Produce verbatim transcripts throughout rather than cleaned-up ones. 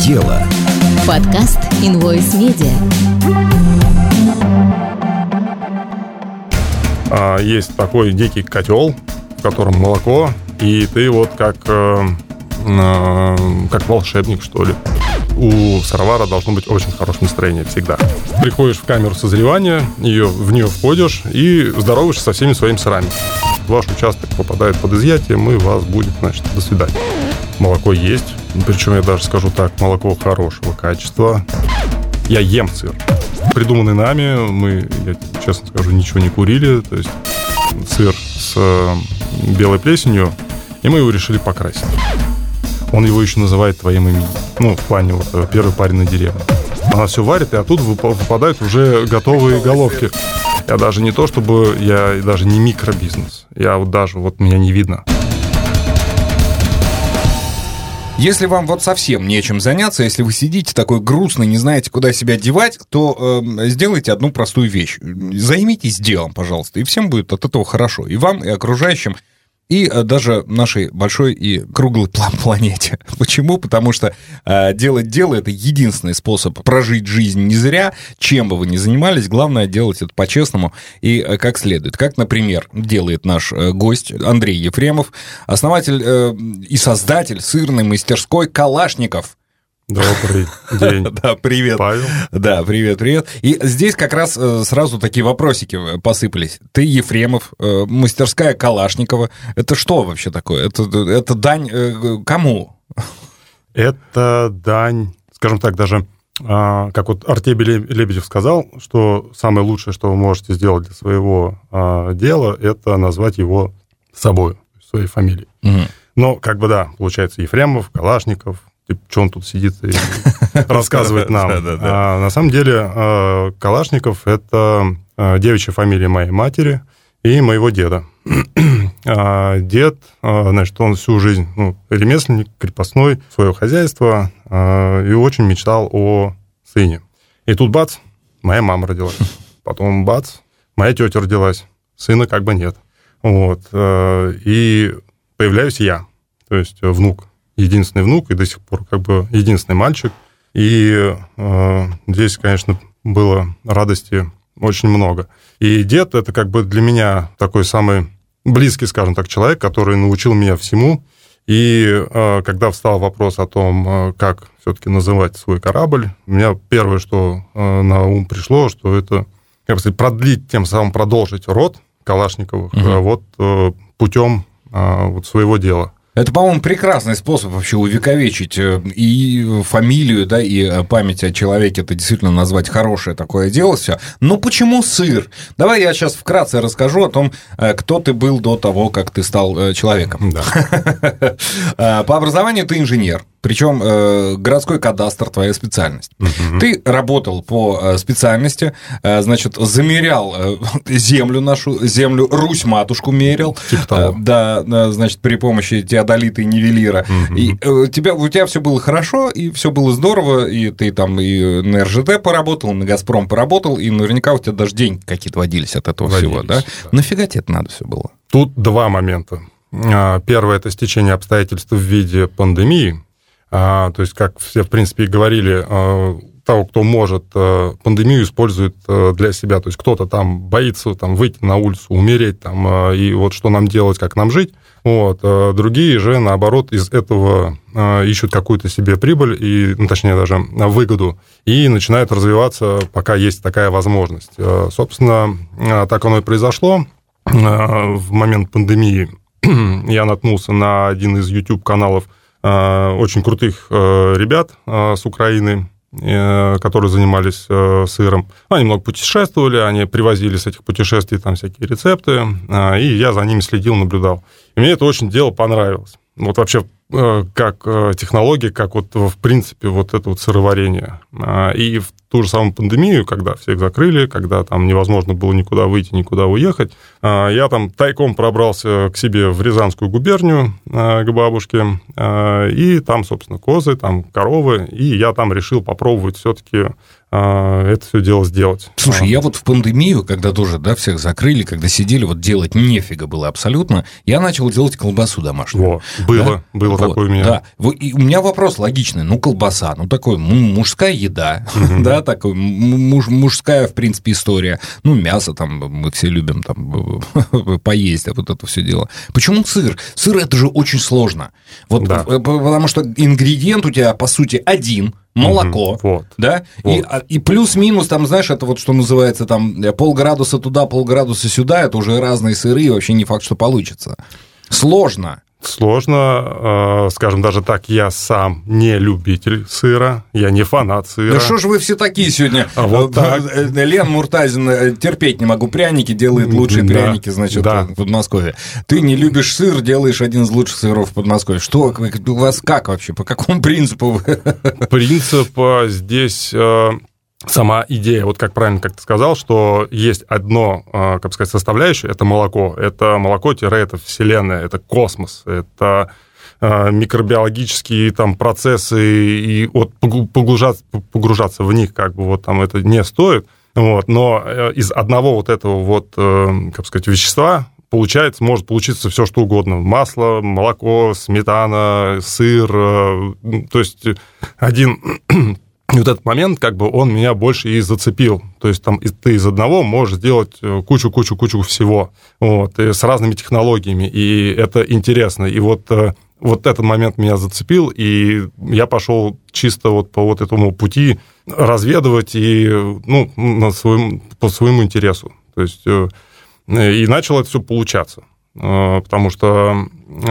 дело. Подкаст Invoice Media. Есть такой дикий котел, в котором молоко, и ты вот как, э, э, как волшебник, что ли. У сыровара должно быть очень хорошее настроение всегда. Приходишь в камеру созревания, ее, в нее входишь и здороваешься со всеми своими сырами. Ваш участок попадает под изъятие, мы вас будет, значит, до свидания. Молоко есть, причем я даже скажу так, молоко хорошего качества. Я ем сыр. Придуманный нами, мы, я честно скажу, ничего не курили, то есть сыр с э, белой плесенью, и мы его решили покрасить. Он его еще называет твоим именем. Ну, в плане вот первый парень на деревне. Она все варит, и оттуда выпадают уже готовые головки. Я даже не то, чтобы я даже не микробизнес. Я вот даже, вот меня не видно. Если вам вот совсем нечем заняться, если вы сидите такой грустный, не знаете, куда себя девать, то э, сделайте одну простую вещь. Займитесь делом, пожалуйста, и всем будет от этого хорошо. И вам, и окружающим, и даже нашей большой и круглой планете. Почему? Потому что э, делать дело – это единственный способ прожить жизнь не зря, чем бы вы ни занимались. Главное – делать это по-честному и э, как следует. Как, например, делает наш э, гость Андрей Ефремов, основатель э, и создатель сырной мастерской «Калашников». Добрый день. Да, привет. Павел. Да, привет, привет. И здесь как раз сразу такие вопросики посыпались. Ты Ефремов, мастерская Калашникова. Это что вообще такое? Это, это дань кому? Это дань, скажем так, даже, как вот Артемий Лебедев сказал, что самое лучшее, что вы можете сделать для своего дела, это назвать его собой, своей фамилией. Угу. Но, как бы, да, получается, Ефремов, Калашников, что он тут сидит и рассказывает нам. А, на самом деле, Калашников – это девичья фамилия моей матери и моего деда. Дед, значит, он всю жизнь ну, ремесленник, крепостной, свое хозяйство, и очень мечтал о сыне. И тут бац, моя мама родилась. Потом бац, моя тетя родилась. Сына как бы нет. Вот. И появляюсь я, то есть внук. Единственный внук и до сих пор как бы единственный мальчик. И э, здесь, конечно, было радости очень много. И дед – это как бы для меня такой самый близкий, скажем так, человек, который научил меня всему. И э, когда встал вопрос о том, э, как все-таки называть свой корабль, у меня первое, что э, на ум пришло, что это, как бы сказать, продлить, тем самым продолжить род Калашниковых угу. э, вот э, путем э, вот своего дела. Это, по-моему, прекрасный способ вообще увековечить и фамилию, да, и память о человеке. Это действительно назвать хорошее такое дело все. Но почему сыр? Давай я сейчас вкратце расскажу о том, кто ты был до того, как ты стал человеком. Да. По образованию ты инженер. Причем э, городской кадастр твоя специальность. Uh-huh. Ты работал по э, специальности, э, значит, замерял э, землю нашу, землю Русь-матушку мерил. Типа того. Э, да, э, значит, при помощи теодолита и нивелира. Uh-huh. И э, у, тебя, у тебя все было хорошо, и все было здорово, и ты там и на эр жэ тэ поработал, на «Газпром» поработал, и наверняка у тебя даже деньги какие-то водились от этого водились, всего, да? да? Нафига тебе это надо все было? Тут два момента. Первое – это стечение обстоятельств в виде пандемии. А, то есть, как все, в принципе, и говорили, а, того, кто может, а, пандемию использует а, для себя. То есть, кто-то там боится там, выйти на улицу, умереть, там, а, и вот что нам делать, как нам жить. Вот. А другие же, наоборот, из этого а, ищут какую-то себе прибыль, и, ну, точнее, даже выгоду, и начинают развиваться, пока есть такая возможность. А, собственно, а, так оно и произошло. А, в момент пандемии я наткнулся на один из YouTube-каналов очень крутых ребят с Украины, которые занимались сыром. Они много путешествовали, они привозили с этих путешествий там всякие рецепты, и я за ними следил, наблюдал. И мне это очень дело понравилось. Вот вообще как технология, как вот в принципе вот это вот сыроварение. И в ту же самую пандемию, когда всех закрыли, когда там невозможно было никуда выйти, никуда уехать, я там тайком пробрался к себе в Рязанскую губернию, к бабушке, и там, собственно, козы, там коровы, и я там решил попробовать все-таки это все дело сделать. Слушай, я вот в пандемию, когда тоже, да, всех закрыли, когда сидели, вот делать нефига было абсолютно, я начал делать колбасу домашнюю. Во, было, да? было вот, такое у меня. Да. И у меня вопрос логичный. Ну, колбаса, ну, такой мужская еда, да, такой муж, мужская, в принципе, история. Ну, мясо там, мы все любим там поесть, а вот это все дело. Почему сыр? Сыр – это же очень сложно. Вот, да. Потому что ингредиент у тебя, по сути, один – молоко, угу, вот, да, вот. И, и плюс-минус, там, знаешь, это вот что называется, там, полградуса туда, полградуса сюда, это уже разные сыры, и вообще не факт, что получится. Сложно. Сложно, скажем, даже так, я сам не любитель сыра, я не фанат сыра. Да что ж вы все такие сегодня? А вот так. Лен Муртазин, терпеть не могу пряники, делает лучшие да, пряники, значит, да. в Подмосковье. Ты не любишь сыр, делаешь один из лучших сыров в Подмосковье. Что, у вас как вообще, по какому принципу? Принцип здесь... Сама идея, вот как правильно, как ты сказал, что есть одно, как сказать, составляющее, это молоко. Это молоко-это вселенная, это космос, это микробиологические там процессы, и вот погружаться, погружаться в них как бы вот там это не стоит. Вот, но из одного вот этого вот, как сказать, вещества получается, может получиться все что угодно. Масло, молоко, сметана, сыр. То есть один... И вот этот момент, как бы, он меня больше и зацепил. То есть там ты из одного можешь сделать кучу-кучу-кучу всего. Вот, и с разными технологиями. И это интересно. И вот, вот этот момент меня зацепил, и я пошел чисто вот по вот этому пути разведывать и, ну, на своем, по своему интересу. То есть и начало это все получаться. Потому что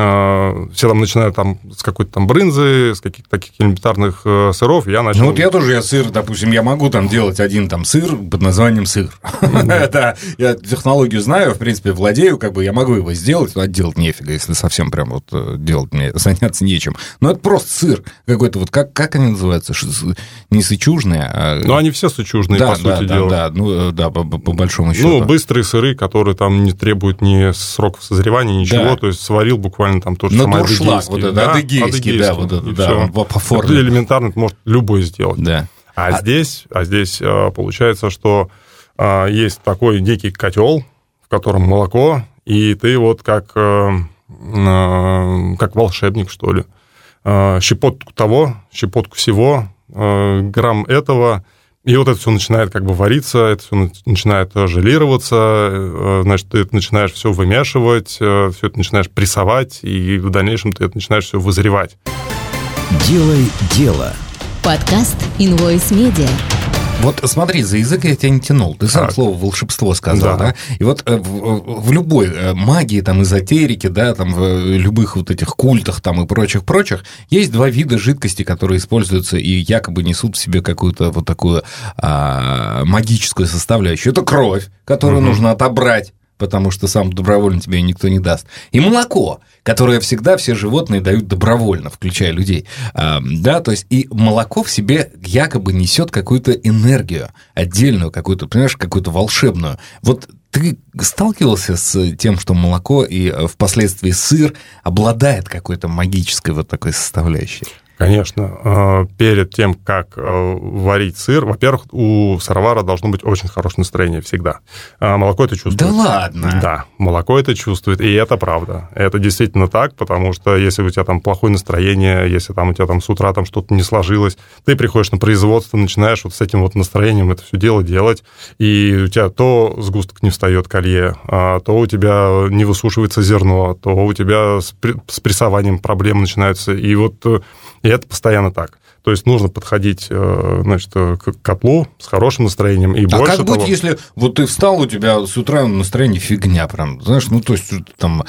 все там начинают там с какой-то там брынзы, с каких-то таких элементарных сыров, я начал... Ну, вот я тоже, я сыр, допустим, я могу там делать один там сыр под названием сыр. Это я технологию знаю, в принципе, владею, как бы я могу его сделать, а делать нефига, если совсем прям вот делать мне заняться нечем. Но это просто сыр какой-то, вот как, как они называются? Не сычужные, а... Ну, они все сычужные, да, по сути да, дела. Да, да, ну, да, по, по большому счету. Ну, быстрые сыры, которые там не требуют ни сроков созревания, ничего, да. То есть сварил буквально там то же самое адыгейский. Вот это, да, адыгейский, адыгейский, да, вот это, да, по форме. Это элементарно может любой сделать. Да. А, а... здесь, а здесь получается, что есть такой некий котел, в котором молоко, и ты вот как, как волшебник, что ли. Щепотку того, щепотку всего, грамм этого... И вот это все начинает как бы вариться, это все начинает желироваться, значит, ты это начинаешь все вымешивать, все это начинаешь прессовать, и в дальнейшем ты это начинаешь все вызревать. Делай дело. Подкаст Invoice Media. Вот смотри, за язык я тебя не тянул. Ты сам так. слово волшебство сказал, да? да? И вот в, в любой магии, там, эзотерике, да, там, в любых вот этих культах там и прочих-прочих, есть два вида жидкости, которые используются и якобы несут в себе какую-то вот такую а, магическую составляющую. Это кровь, которую угу. нужно отобрать, потому что сам добровольно тебе никто не даст. И молоко, которое всегда все животные дают добровольно, включая людей. А, да, то есть и молоко в себе якобы несет какую-то энергию, отдельную какую-то, понимаешь, какую-то волшебную. Вот ты сталкивался с тем, что молоко и впоследствии сыр обладает какой-то магической вот такой составляющей? Конечно. Перед тем, как варить сыр, во-первых, у сыровара должно быть очень хорошее настроение всегда. Молоко это чувствует. Да ладно? Да, молоко это чувствует, и это правда. Это действительно так, потому что если у тебя там плохое настроение, если там у тебя там с утра там что-то не сложилось, ты приходишь на производство, начинаешь вот с этим вот настроением это все дело делать, и у тебя то сгусток не встает колье, то у тебя не высушивается зерно, то у тебя с прессованием проблемы начинаются, и вот... И это постоянно так. То есть нужно подходить, значит, к котлу с хорошим настроением. И а больше как быть, того... если вот ты встал, у тебя с утра настроение фигня прям, знаешь, ну, то есть там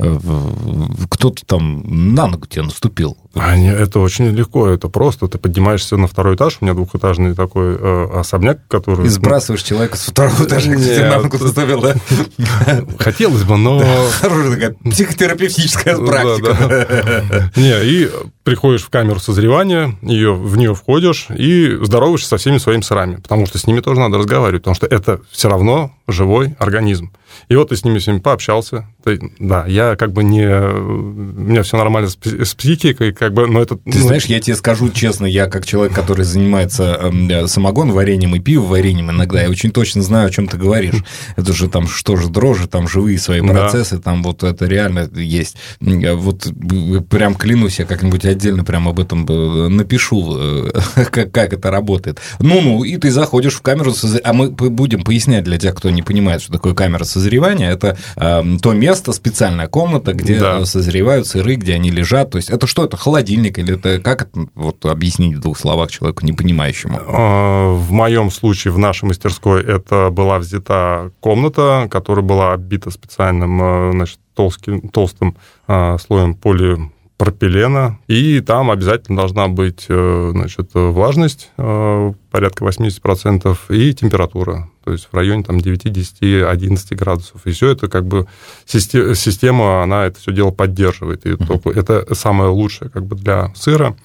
кто-то там на ногу тебе наступил? А, нет, это очень легко, это просто. Ты поднимаешься на второй этаж, у меня двухэтажный такой э, особняк, который... И сбрасываешь человека с второго этажа, кто тебе на ногу наступил, да? Хотелось бы, но... Хорошая такая психотерапевтическая практика. Не, и приходишь в камеру созревания, ее, в нее входишь и здороваешься со всеми своими сырами, потому что с ними тоже надо разговаривать, потому что это все равно живой организм. И вот ты с ними всеми пообщался. Ты, да, я как бы не... У меня все нормально с, с психикой, как бы, но это... Ты ну... знаешь, я тебе скажу честно, я как человек, который занимается э, самогон вареньем и пиво вареньем иногда, я очень точно знаю, о чем ты говоришь. Это же там, что же дрожжи, там живые свои процессы, да. Там вот это реально есть. Вот прям клянусь, я как-нибудь отдельно прям об этом напишу, как, как это работает. Ну-ну, и ты заходишь в камеру созревания, а мы будем пояснять для тех, кто не понимает, что такое камера созревания. Это э, то место, специальная комната, где да. созревают сыры, где они лежат. То есть это что, это холодильник или это как это вот, объяснить в двух словах человеку, не понимающему? В моем случае, в нашей мастерской, это была взята комната, которая была оббита специальным, значит, толстым, толстым слоем полипропилена, и там обязательно должна быть, значит, влажность порядка восемьдесят процентов и температура, то есть в районе там, девять, десять, одиннадцать градусов. И все это как бы система, она это все дело поддерживает. И uh-huh. это самое лучшее как бы для сыра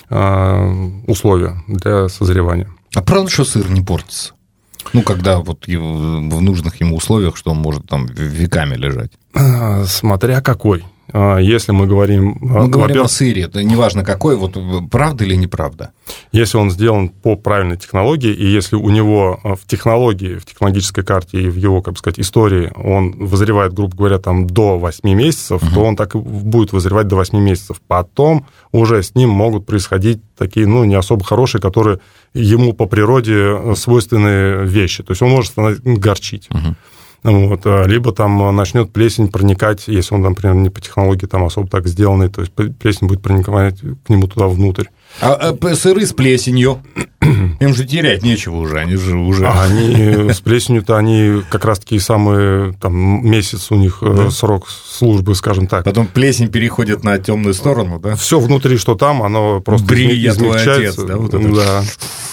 условия для созревания. А правда, что сыр не портится? Ну, когда вот в нужных ему условиях, что он может там веками лежать? Смотря какой. Если мы говорим... Мы говорим о сыре, это неважно какой, вот правда или неправда? Если он сделан по правильной технологии, и если у него в технологии, в технологической карте и в его, как бы сказать, истории он вызревает, грубо говоря, там до восьми месяцев, uh-huh. то он так и будет вызревать до восьми месяцев. Потом уже с ним могут происходить такие, ну, не особо хорошие, которые ему по природе свойственные вещи. То есть он может горчить. Uh-huh. Вот, либо там начнет плесень проникать, если он, например, не по технологии там особо так сделанный, то есть плесень будет проникать к нему туда внутрь. А, а сыры с плесенью? Им же терять нечего уже, они же уже... А они с плесенью-то, они как раз-таки самые, там, месяц у них да. срок службы, скажем так. Потом плесень переходит на темную сторону, да? Все внутри, что там, оно просто Бри, я твой отец, да? Вот это.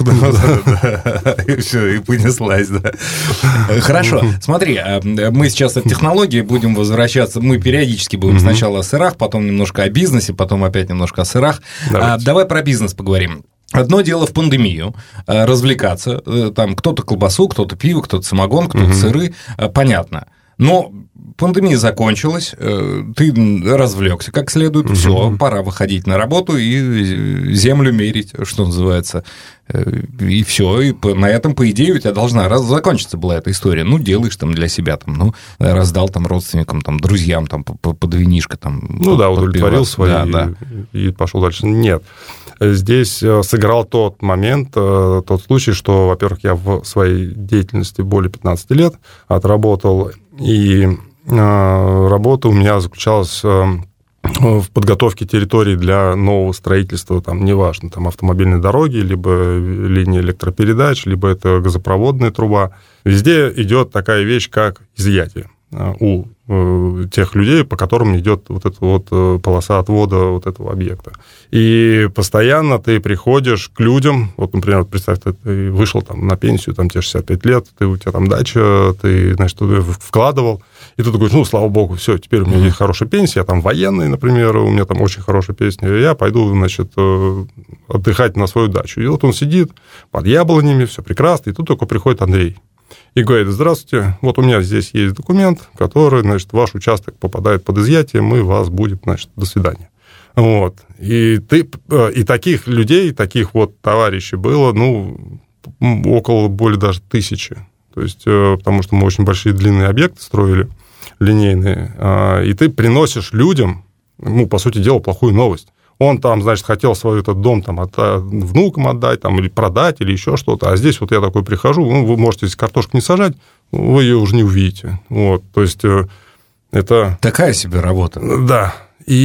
Да. И все, и понеслась, да. Хорошо, смотри, мы сейчас от технологии будем возвращаться, мы периодически будем сначала о сырах, потом немножко о бизнесе, потом опять немножко о сырах. Давай про бизнес поговорим. Одно дело в пандемию, развлекаться, там кто-то колбасу, кто-то пиво, кто-то самогон, кто-то угу. сыры, понятно. Но пандемия закончилась, ты развлекся как следует, угу. все, пора выходить на работу и землю мерить, что называется. И все, и на этом, по идее, у тебя должна раз закончиться была эта история. Ну, делаешь там для себя, там, ну, раздал там родственникам, там, друзьям, там, под винишко, там. Ну, да, удовлетворил свои да, и, да. и пошел дальше. Нет. Здесь сыграл тот момент, тот случай, что, во-первых, я в своей деятельности более пятнадцати лет отработал, и работа у меня заключалась в подготовке территорий для нового строительства, там, неважно, там, автомобильной дороги, либо линии электропередач, либо это газопроводная труба. Везде идет такая вещь, как изъятие у тех людей, по которым идет вот эта вот полоса отвода вот этого объекта. И постоянно ты приходишь к людям, вот, например, представь, ты вышел там на пенсию, там тебе шестьдесят пять лет, ты, у тебя там дача, ты, значит, туда вкладывал, и ты такой, ну, слава богу, все, теперь у меня есть хорошая пенсия, я там военный, например, у меня там очень хорошая песня, я пойду, значит, отдыхать на свою дачу. И вот он сидит под яблонями, все прекрасно, и тут только приходит Андрей. И говорит, здравствуйте, вот у меня здесь есть документ, который, значит, ваш участок попадает под изъятие, мы вас будем, значит, до свидания. Вот. И, ты, и таких людей, таких вот товарищей было, ну, около более даже тысячи. То есть, потому что мы очень большие длинные объекты строили, линейные, и ты приносишь людям, ну, по сути дела, плохую новость. Он там, значит, хотел свой этот дом там, от, внукам отдать, там, или продать, или еще что-то. А здесь вот я такой прихожу, ну, вы можете здесь картошку не сажать, вы ее уже не увидите. Вот, то есть, это... Такая себе работа. Да.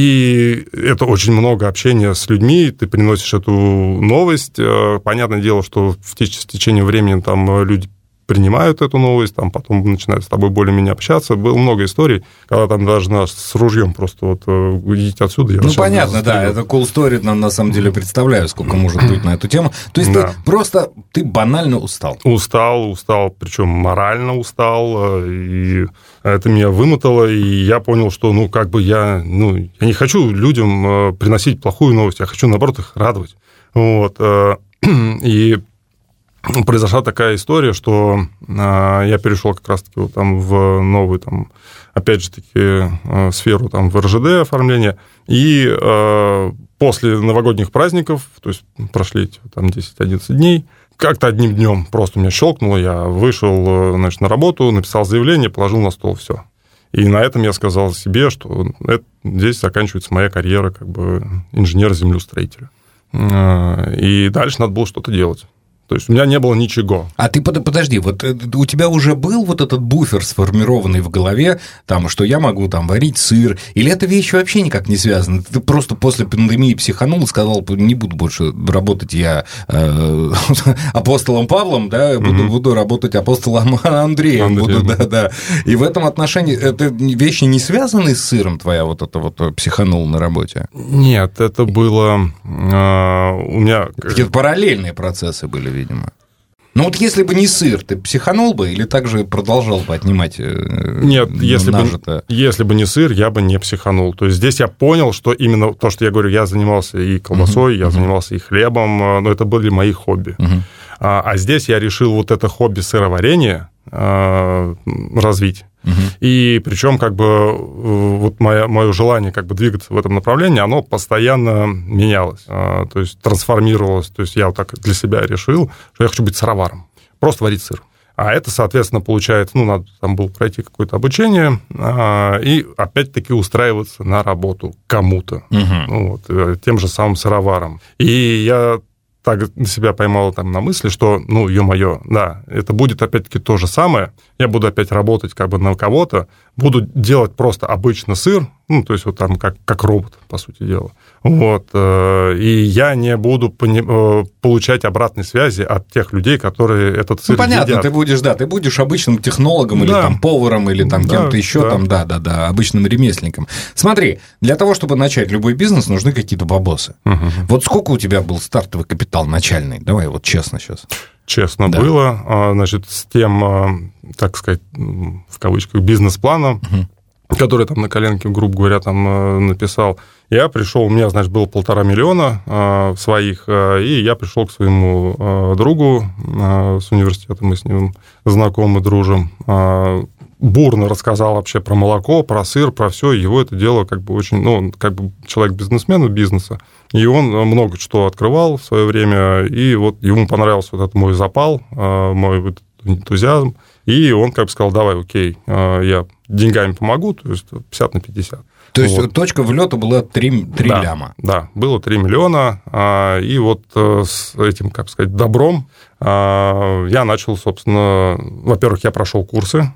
И это очень много общения с людьми, ты приносишь эту новость. Понятное дело, что в течение времени там люди принимают эту новость, там потом начинают с тобой более-менее общаться. Было много историй, когда там даже нас с ружьем просто вот идите отсюда. Я ну, понятно, да, это cool story, на, на самом деле представляю, сколько может быть на эту тему. То есть да. ты просто, ты банально устал. Устал, устал, причем морально устал, и это меня вымотало, и я понял, что, ну, как бы я, ну, я не хочу людям приносить плохую новость, я хочу, наоборот, их радовать. Вот, и произошла такая история, что я перешел как раз-таки вот там в новую, там, опять же таки, сферу там, в эр жэ дэ оформления, и после новогодних праздников, то есть прошли эти там десять-одиннадцать дней, как-то одним днем просто у меня щелкнуло, я вышел, значит, на работу, написал заявление, положил на стол, все. И на этом я сказал себе, что это, здесь заканчивается моя карьера как бы инженера-землеустроителя. И дальше надо было что-то делать. То есть у меня не было ничего. А ты подожди, вот у тебя уже был вот этот буфер сформированный в голове, там, что я могу там варить сыр, или эта вещь вообще никак не связана? Ты просто после пандемии психанул и сказал, не буду больше работать я э, апостолом Павлом, да, буду, угу. буду работать апостолом Андреем. Буду, да, да. И в этом отношении это вещи не связаны с сыром твоя вот это вот психанул на работе? Нет, это было э, у меня... Какие-то параллельные процессы были, видимо. Ну вот если бы не сыр, ты психанул бы или также продолжал бы отнимать Нет, если бы, если бы не сыр, я бы не психанул. То есть здесь я понял, что именно то, что я говорю, я занимался и колбасой, uh-huh. я uh-huh. занимался и хлебом, но это были мои хобби. Uh-huh. А, а здесь я решил вот это хобби сыроварения а, развить. Uh-huh. И причем как бы вот мое, мое желание как бы двигаться в этом направлении, оно постоянно менялось, то есть трансформировалось. То есть я вот так для себя решил, что я хочу быть сыроваром, просто варить сыр. А это, соответственно, получается, ну, надо там было пройти какое-то обучение и опять-таки устраиваться на работу кому-то, uh-huh. ну, вот, тем же самым сыроваром. И я так себя поймал там на мысли, что, ну, ё-моё, да, это будет опять-таки то же самое, я буду опять работать как бы на кого-то, буду делать просто обычно сыр, ну, то есть вот там как, как робот, по сути дела. Вот, и я не буду получать обратной связи от тех людей, которые этот сыр ну, понятно, едят. Ты будешь, да, ты будешь обычным технологом, да. или там поваром, или там да, кем-то еще, да. там, да-да-да, обычным ремесленником. Смотри, для того, чтобы начать любой бизнес, нужны какие-то бабосы. Угу. Вот сколько у тебя был стартовый капитал начальный? Давай вот честно сейчас. Честно да. было, значит, с тем, так сказать, в кавычках, бизнес-планом, угу. который там на коленке, грубо говоря, там написал, я пришел, у меня, значит, было полтора миллиона э, своих, э, и я пришел к своему э, другу э, с университета, мы с ним знакомы, дружим, э, бурно рассказал вообще про молоко, про сыр, про все, его это дело как бы очень, ну, он как бы человек-бизнесмен бизнеса, и он много что открывал в свое время, и вот ему понравился вот этот мой запал, э, мой вот энтузиазм, и он как бы сказал, давай, окей, э, я деньгами помогу, то есть пятьдесят на пятьдесят. То есть вот. Точка влета была три, три да, ляма. Да, было три миллиона, и вот с этим, как сказать, добром я начал, собственно, во-первых, я прошел курсы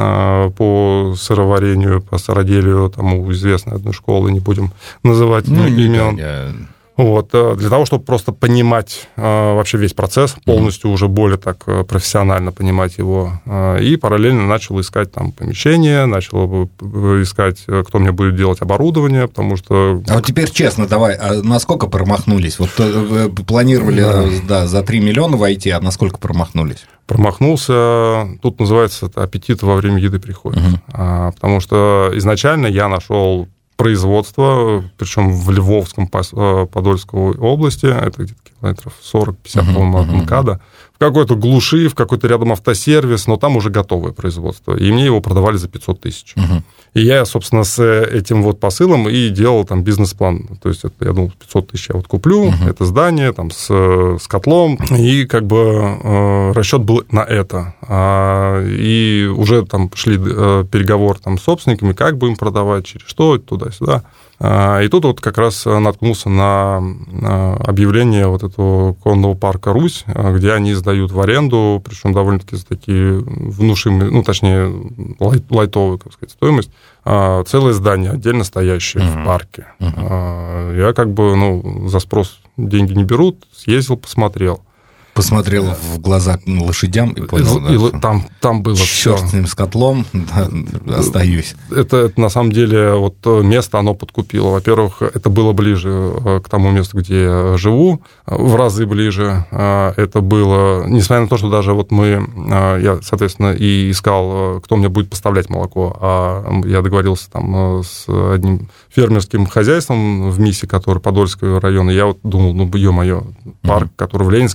по сыроварению, по сыроделию, там у известной одной школы, не будем называть ну, имен. Я... Вот, для того, чтобы просто понимать э, вообще весь процесс, полностью mm-hmm. уже более так профессионально понимать его. Э, и параллельно начал искать там помещение, начал искать, кто мне будет делать оборудование, потому что... А вот теперь честно, давай, а насколько промахнулись? Вот вы планировали да. Да, за три миллиона войти, а насколько промахнулись? Промахнулся, тут называется аппетит во время еды приходит. Mm-hmm. А, потому что изначально я нашел производство, причем в Львовском, Подольской области, это где-то километров сорок-пятьдесят, uh-huh, по-моему, от МКАДа, в какой-то глуши, в какой-то рядом автосервис, но там уже готовое производство, и мне его продавали за пятьсот тысяч. Uh-huh. И я, собственно, с этим вот посылом и делал там бизнес-план, то есть это, я думал, пятьсот тысяч я вот куплю, uh-huh. это здание там с, с котлом, и как бы э, расчет был на это. А, и уже там шли э, переговоры там с собственниками, как будем продавать, через что, туда-сюда. И тут вот как раз наткнулся на объявление вот этого конного парка «Русь», где они сдают в аренду, причем довольно-таки за такие внушимые, ну, точнее, лайт, лайтовую, как сказать, стоимость, целое здание, отдельно стоящее uh-huh. в парке. Uh-huh. Я как бы, ну, за спрос деньги не берут, съездил, посмотрел. Посмотрел да. в глаза лошадям и понял, и, да, там, там было черт с ним, с котлом, да, остаюсь. Это, это, на самом деле, вот место, оно подкупило. Во-первых, это было ближе к тому месту, где я живу, в разы ближе. Это было, несмотря на то, что даже вот мы, я, соответственно, и искал, кто мне будет поставлять молоко, а я договорился там с одним фермерским хозяйством в МИСе, который Подольского района, я вот думал, ну, ё-моё, парк, uh-huh. который в Ленинском районе,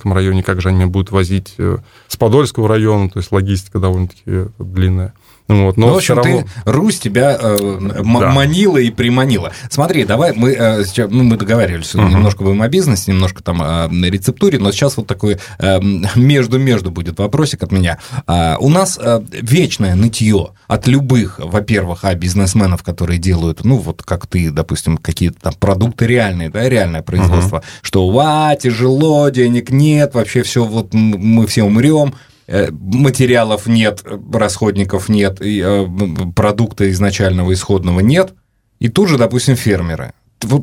как же они меня будут возить с Подольского района, то есть логистика довольно-таки длинная. Вот, но ну, в общем, равно... ты, Русь тебя э, м- да. манила и приманила. Смотри, давай, мы, э, сейчас, ну, мы договаривались, uh-huh. немножко будем о бизнесе, немножко там о рецептуре, но сейчас вот такой э, между-между будет вопросик от меня. А, у нас э, вечное нытье от любых, во-первых, а, бизнесменов, которые делают, ну, вот как ты, допустим, какие-то там продукты реальные, да, реальное производство, uh-huh. что, ва, тяжело, денег нет, вообще все, вот мы все умрем. Материалов нет, расходников нет, продукта изначального исходного нет, и тут же, допустим, фермеры. Вот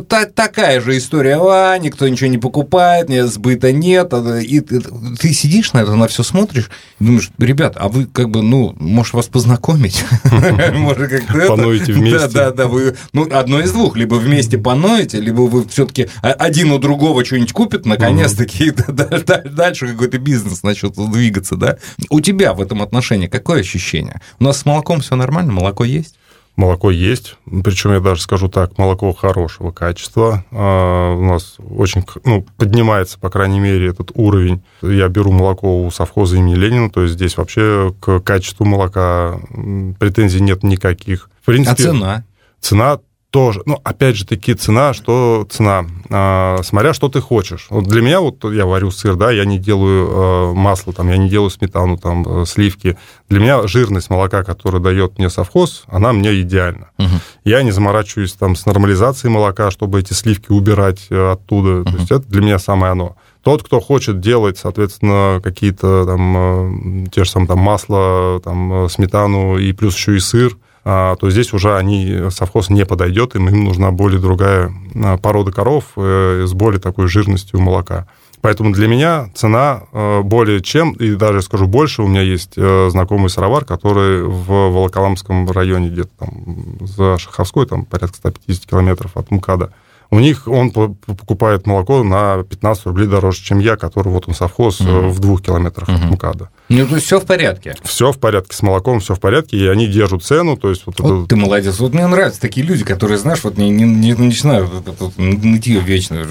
такая же история, а, никто ничего не покупает, сбыта нет, и ты сидишь на это, на все смотришь, и думаешь, ребят, а вы как бы, ну, может, вас познакомить? Может, как-то поноете вместе. Да, да, да, вы, ну, одно из двух, либо вместе поноете, либо вы все-таки один у другого что-нибудь купит, наконец-таки, дальше какой-то бизнес начнет двигаться, да? У тебя в этом отношении какое ощущение? У нас с молоком все нормально, молоко есть? Молоко есть, причем я даже скажу так, молоко хорошего качества. У нас очень, ну, поднимается, по крайней мере, этот уровень. Я беру молоко у совхоза имени Ленина, то есть здесь вообще к качеству молока претензий нет никаких. В принципе, а цена? Цена тоже, ну, опять же таки, цена, что цена, а, смотря что ты хочешь. Вот для меня, вот я варю сыр, да, я не делаю а, масло, там, я не делаю сметану, там, сливки. Для меня жирность молока, которую дает мне совхоз, она мне идеальна. Угу. Я не заморачиваюсь там с нормализацией молока, чтобы эти сливки убирать оттуда. Угу. То есть это для меня самое оно. Тот, кто хочет делать, соответственно, какие-то там, те же самые там масло, там, сметану и плюс еще и сыр, то здесь уже они, совхоз не подойдет, им, им нужна более другая порода коров с более такой жирностью молока. Поэтому для меня цена более чем, и даже скажу больше, у меня есть знакомый сыровар, который в Волоколамском районе, где-то там за Шаховской, там порядка сто пятьдесят километров от МКАДа. У них он покупает молоко на пятнадцать рублей дороже, чем я, который вот он совхоз mm-hmm. в двух километрах mm-hmm. от МКАДа. Ну, то есть все в порядке? Все в порядке, с молоком все в порядке, и они держат цену. То есть вот вот это... Ты молодец. Вот мне нравятся такие люди, которые, знаешь, вот не, не, не начинают вот, нытье вечно.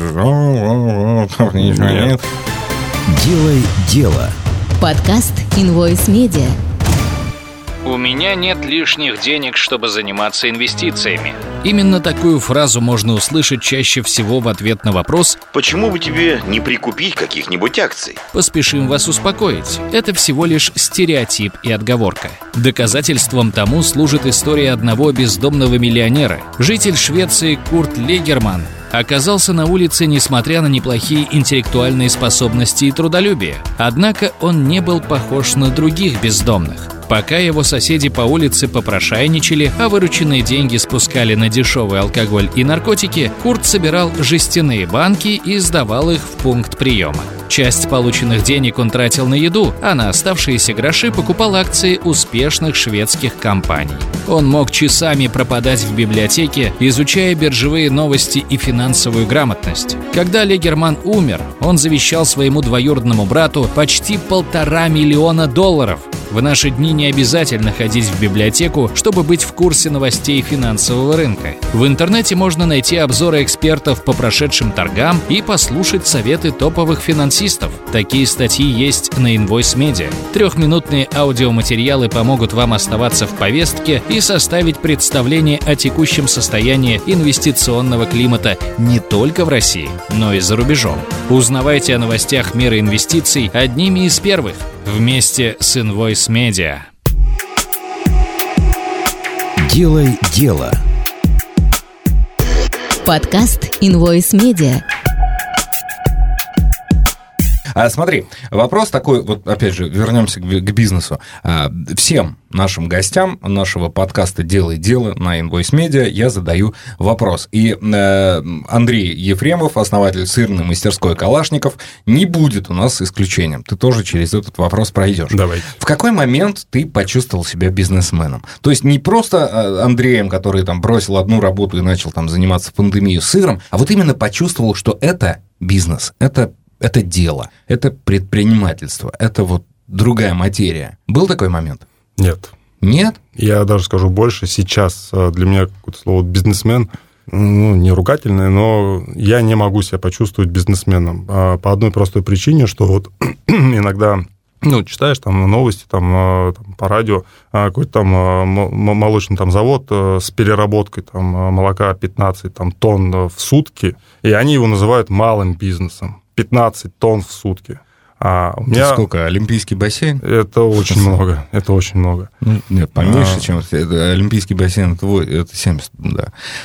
Нет. Делай дело. Подкаст Invoice Media. У меня нет лишних денег, чтобы заниматься инвестициями. Именно такую фразу можно услышать чаще всего в ответ на вопрос «Почему бы тебе не прикупить каких-нибудь акций?» Поспешим вас успокоить. Это всего лишь стереотип и отговорка. Доказательством тому служит история одного бездомного миллионера. Житель Швеции Курт Легерман оказался на улице, несмотря на неплохие интеллектуальные способности и трудолюбие. Однако он не был похож на других бездомных. Пока его соседи по улице попрошайничали, а вырученные деньги спускали на дешевый алкоголь и наркотики, Курт собирал жестяные банки и сдавал их в пункт приема. Часть полученных денег он тратил на еду, а на оставшиеся гроши покупал акции успешных шведских компаний. Он мог часами пропадать в библиотеке, изучая биржевые новости и финансовую грамотность. Когда Легерман умер, он завещал своему двоюродному брату почти полтора миллиона долларов. В наши дни не обязательно ходить в библиотеку, чтобы быть в курсе новостей финансового рынка. В интернете можно найти обзоры экспертов по прошедшим торгам и послушать советы топовых финансистов. Такие статьи есть на Invoice Media. Трехминутные аудиоматериалы помогут вам оставаться в повестке и составить представление о текущем состоянии инвестиционного климата не только в России, но и за рубежом. Узнавайте о новостях мира инвестиций одними из первых вместе с Invoice Media. Делай дело. Подкаст Invoice Media. А смотри, вопрос такой, вот опять же, вернемся к, к бизнесу. Всем нашим гостям нашего подкаста «Делай дело» на Invoice Media я задаю вопрос. И э, Андрей Ефремов, основатель сырной мастерской «Калашников», не будет у нас исключением. Ты тоже через этот вопрос пройдешь. Давай. В какой момент ты почувствовал себя бизнесменом? То есть не просто Андреем, который там бросил одну работу и начал там заниматься пандемией сыром, а вот именно почувствовал, что это бизнес, это Это дело, это предпринимательство, это вот другая материя. Был такой момент? Нет. Нет? Я даже скажу больше. Сейчас для меня какое-то слово «бизнесмен» ну, не ругательные, но я не могу себя почувствовать бизнесменом. По одной простой причине, что вот иногда... Ну, читаешь там новости там, там, по радио, какой-то там молочный там, завод с переработкой там, молока пятнадцать там, тонн в сутки, и они его называют малым бизнесом. пятнадцать тонн в сутки. А у меня... Это сколько? Олимпийский бассейн? Это очень много. Это очень много. Ну, нет, поменьше, а... чем... Это, Олимпийский бассейн, это, это семьдесят, да.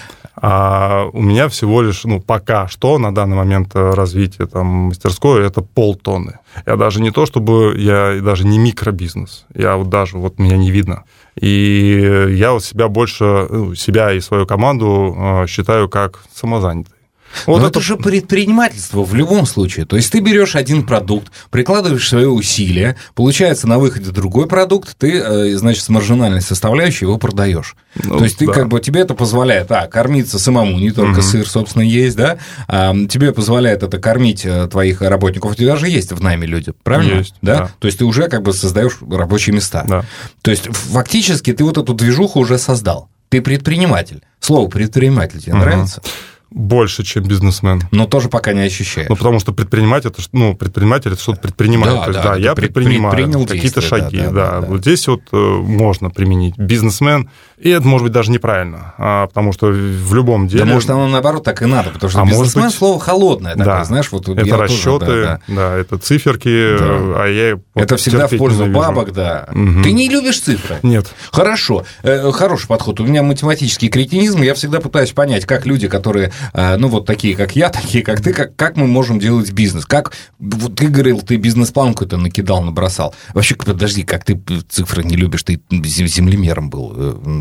А у меня всего лишь, ну, пока что на данный момент развития там, мастерской это полтонны. Я даже не то, чтобы я даже не микробизнес, я вот даже, вот меня не видно. И я вот себя больше, ну, себя и свою команду считаю как самозанятый. Вот это... это же предпринимательство в любом случае. То есть ты берешь один продукт, прикладываешь свои усилия, получается на выходе другой продукт, ты, значит, с маржинальной составляющей его продаешь. Ну, то есть ты, да. как бы, тебе это позволяет, а, кормиться самому, не только угу. сыр, собственно, есть, да, а, тебе позволяет это кормить твоих работников, у тебя же есть в найме люди, правильно? Есть, да? да. То есть ты уже как бы создаешь рабочие места. Да. То есть фактически ты вот эту движуху уже создал. Ты предприниматель. Слово предприниматель тебе угу. нравится? Больше, чем бизнесмен. Но тоже пока не ощущаешь. Ну, потому что предприниматель, это, ну, предприниматель это что-то предпринимает. Да, То есть, да, да, я предпринимаю какие-то шаги. Да, да, да, да. Вот здесь вот можно применить бизнесмен, и это может быть даже неправильно, а, потому что в любом деле... Да, может, оно наоборот так и надо, потому что а бизнесмен быть... слово холодное такое, да. знаешь, вот это расчеты, тоже, да, да. да, это циферки, да. а я вот это всегда в пользу ненавижу. бабок, да. Угу. Ты не любишь цифры? Нет. Хорошо, э, хороший подход. У меня математический кретинизм, я всегда пытаюсь понять, как люди, которые, э, ну, вот такие, как я, такие, как ты, как, как мы можем делать бизнес? Как, вот ты говорил, ты бизнес-план какой-то накидал, набросал. Вообще, подожди, как ты цифры не любишь? Ты землемером был.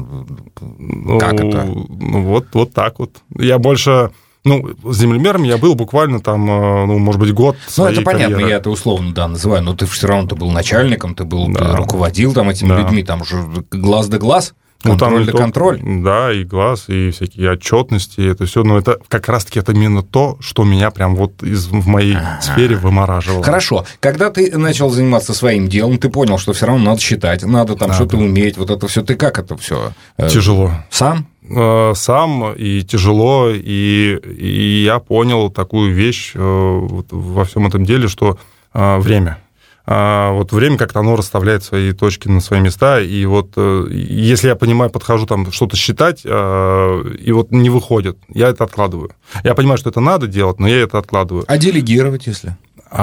Ну, как это? Ну, вот, вот так вот. Я больше... Ну, землемером я был буквально там, ну, может быть, год Ну, это понятно, карьеры. я это условно, да, называю, но ты все равно ты был начальником, ты был, да. ты руководил там этими да. людьми, там уже глаз да глаз. Контроль ну, да то, контроль. Да, и глаз, и всякие отчетности, это все. Но это как раз-таки это именно то, что меня прям вот из, в моей А-а-а. сфере вымораживало. Хорошо. Когда ты начал заниматься своим делом, ты понял, что все равно надо считать, надо там надо. что-то уметь, вот это все. Ты как это все? Тяжело. Сам? Сам, и тяжело, и, и я понял такую вещь вот во всем этом деле, что время. Вот время как-то оно расставляет свои точки на свои места, и вот если я понимаю, подхожу там что-то считать, и вот не выходит, я это откладываю. Я понимаю, что это надо делать, но я это откладываю. А делегировать, если?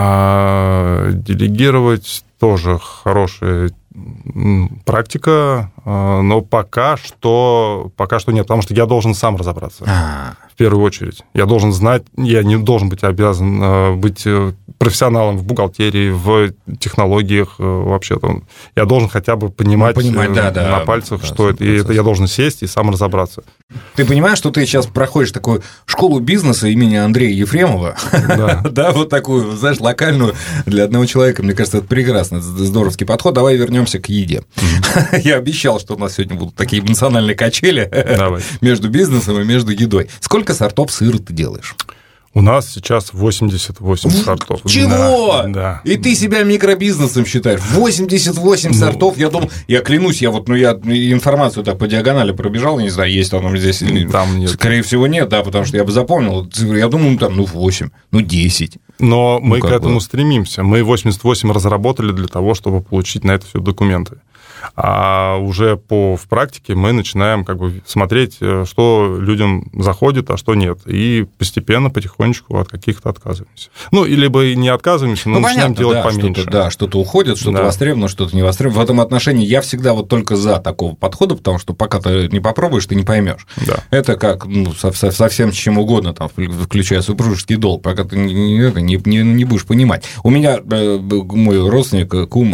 А делегировать тоже хорошая практика, но пока что, пока что нет, потому что я должен сам разобраться. А-а-а. В первую очередь. Я должен знать, я не должен быть обязан быть профессионалом в бухгалтерии, в технологиях вообще-то. Я должен хотя бы понимать, ну, понимать да, да, на пальцах, да, что да, это, и это я должен сесть и сам разобраться. Ты понимаешь, что ты сейчас проходишь такую школу бизнеса имени Андрея Ефремова, да, да, вот такую, знаешь, локальную для одного человека, мне кажется, это прекрасно, здоровский подход. Давай вернемся к еде. Mm-hmm. Я обещал, что у нас сегодня будут такие эмоциональные качели между бизнесом и между едой. Сколько сортов сыра ты делаешь? У нас сейчас восемьдесят восемь сортов. Чего? Да, да. И ты себя микробизнесом считаешь? восемьдесят восемь ну, сортов? Я думал, я клянусь, я вот, ну, я информацию так по диагонали пробежал, не знаю, есть там здесь или там нет. Скорее всего, нет, да, потому что я бы запомнил цифры. Я думаю, там, ну, восемь, ну, десять. Но мы ну, к этому бы. стремимся. Мы восемьдесят восемь разработали для того, чтобы получить на это все документы. А уже по, в практике мы начинаем как бы смотреть, что людям заходит, а что нет. И постепенно, потихонечку от каких-то отказываемся. Ну, и либо не отказываемся, но ну, начинаем понятно, делать да, поменьше. Что-то, да, что-то уходит, что-то да. востребовано, что-то не востребовано. В этом отношении я всегда вот только за такого подхода, потому что пока ты не попробуешь, ты не поймешь. Да. Это как ну, со, со, совсем с чем угодно, там, включая супружеский долг, пока ты не, не, не, не будешь понимать. У меня мой родственник, кум,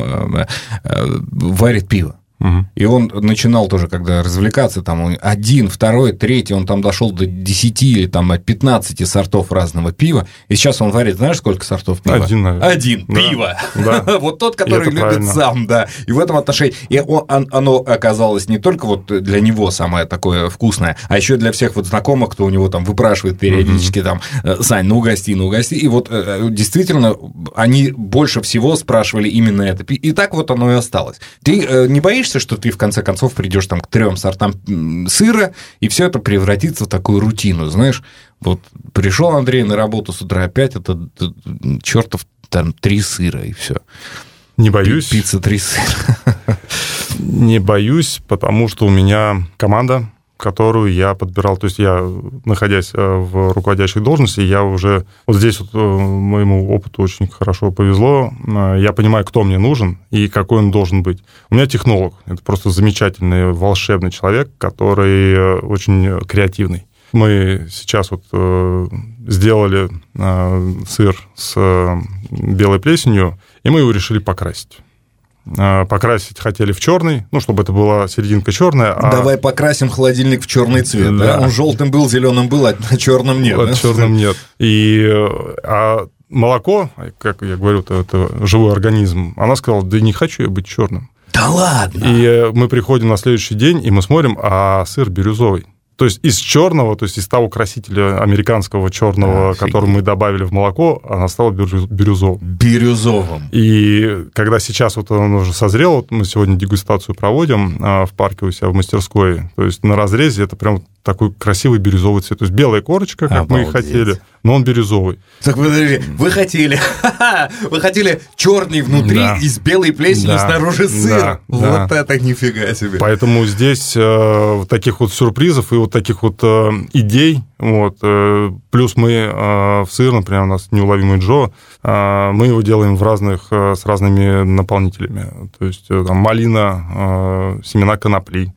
варит пиво. Угу. И он начинал тоже, когда развлекаться, там один, второй, третий, он там дошел до десяти или там пятнадцати сортов разного пива, и сейчас он варит, знаешь, сколько сортов пива? Один, наверное. Один, да. пиво. Да. Вот тот, который любит правильно. сам, да. И в этом отношении и он, оно оказалось не только вот для него самое такое вкусное, а еще для всех вот знакомых, кто у него там выпрашивает периодически, угу. там, Сань, ну угости, ну угости. И вот действительно они больше всего спрашивали именно это. И так вот оно и осталось. Ты не боишься боишься, что ты в конце концов придешь там к трем сортам сыра, и все это превратится в такую рутину, знаешь? Вот пришел Андрей на работу с утра, опять это чертов там три сыра, и все. Не боюсь. Пицца три сыра. Не боюсь, потому что у меня команда, которую я подбирал. То есть я, находясь в руководящей должности, я уже... Вот здесь вот моему опыту очень хорошо повезло. Я понимаю, кто мне нужен и какой он должен быть. У меня технолог. Это просто замечательный, волшебный человек, который очень креативный. Мы сейчас вот сделали сыр с белой плесенью, и мы его решили покрасить. Покрасить хотели в черный, ну, чтобы это была серединка черная. А... Давай покрасим холодильник в черный цвет. Да. Да? Он желтым был, зеленым был, а черным нет. А да? черным нет. И а молоко, как я говорю, это, это живой организм. Она сказала: да не хочу я быть черным. Да ладно. И мы приходим на следующий день, и мы смотрим, а сыр бирюзовый. То есть из черного, то есть из того красителя американского черного, а, который мы добавили в молоко, она стала бирюзовым. Бирюзовым. И когда сейчас вот он уже созрел, вот мы сегодня дегустацию проводим в парке у себя в мастерской, то есть на разрезе это прям такой красивый бирюзовый цвет. То есть белая корочка, как Обалдеть. Мы и хотели, но он бирюзовый. Так подожди, вы хотели, вы хотели черный внутри да. и с белой плесенью да. снаружи сыр. Да. Вот да. это нифига себе. Поэтому здесь э, таких вот сюрпризов и вот таких вот э, идей, вот, э, плюс мы э, в сыр, например, у нас неуловимый Джо, э, мы его делаем в разных, э, с разными наполнителями. То есть э, там малина, э, семена конопли.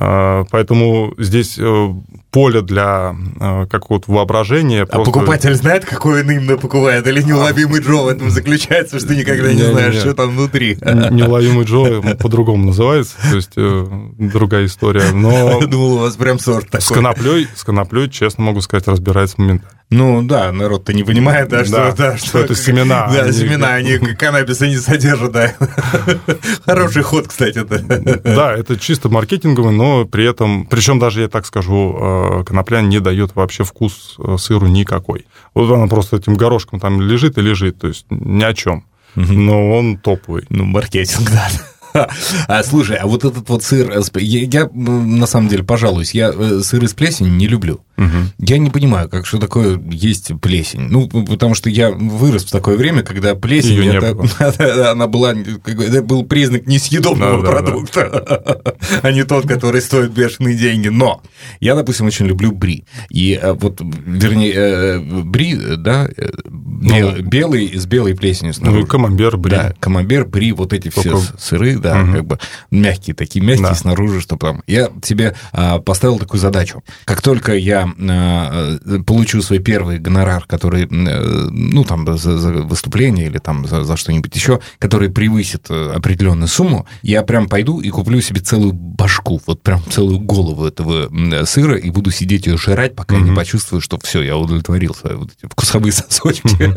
Поэтому здесь поле для какого-то воображения. А просто... покупатель знает, какой он именно покупает? Или неуловимый Джо в этом заключается, что никогда не знаешь, что там внутри? Неуловимый Джо по-другому называется, то есть другая история. Но я думал, у вас прям сорт такой. С коноплей, с коноплей, честно могу сказать, разбирается моментально. Ну да, народ-то не понимает, да, что, да, да, что, что это семена. Да, они... семена, они каннабиса не содержат, да. Хороший ход, кстати. Да, это чисто маркетинговый, но при этом, причем даже, я так скажу, конопля не дает вообще вкус сыру никакой. Вот она просто этим горошком там лежит и лежит, то есть ни о чем. Но он топовый. Ну, маркетинг, да. А, слушай, а вот этот вот сыр... Я, я на самом деле пожалуюсь, я сыр из плесени не люблю. Угу. Я не понимаю, как что такое есть плесень. Ну, потому что я вырос в такое время, когда плесень... Это, она была... Это был признак несъедобного да, продукта, да, да. а не тот, который стоит бешеные деньги. Но я, допустим, очень люблю бри. И вот, вернее, бри, да, ну, белый с белой плесенью снаружи. Ну, камамбер, бри. Да, камамбер, бри, вот эти Только... все сыры, да, угу. как бы мягкие такие, мягкие да. снаружи, чтобы там... Я тебе а, поставил такую задачу. Как только я а, получу свой первый гонорар, который, а, ну, там, за, за выступление или там за, за что-нибудь еще, который превысит определенную сумму, я прям пойду и куплю себе целую башку, вот прям целую голову этого сыра и буду сидеть ее жрать, пока угу. я не почувствую, что все, я удовлетворил свои вот эти вкусовые сосочки.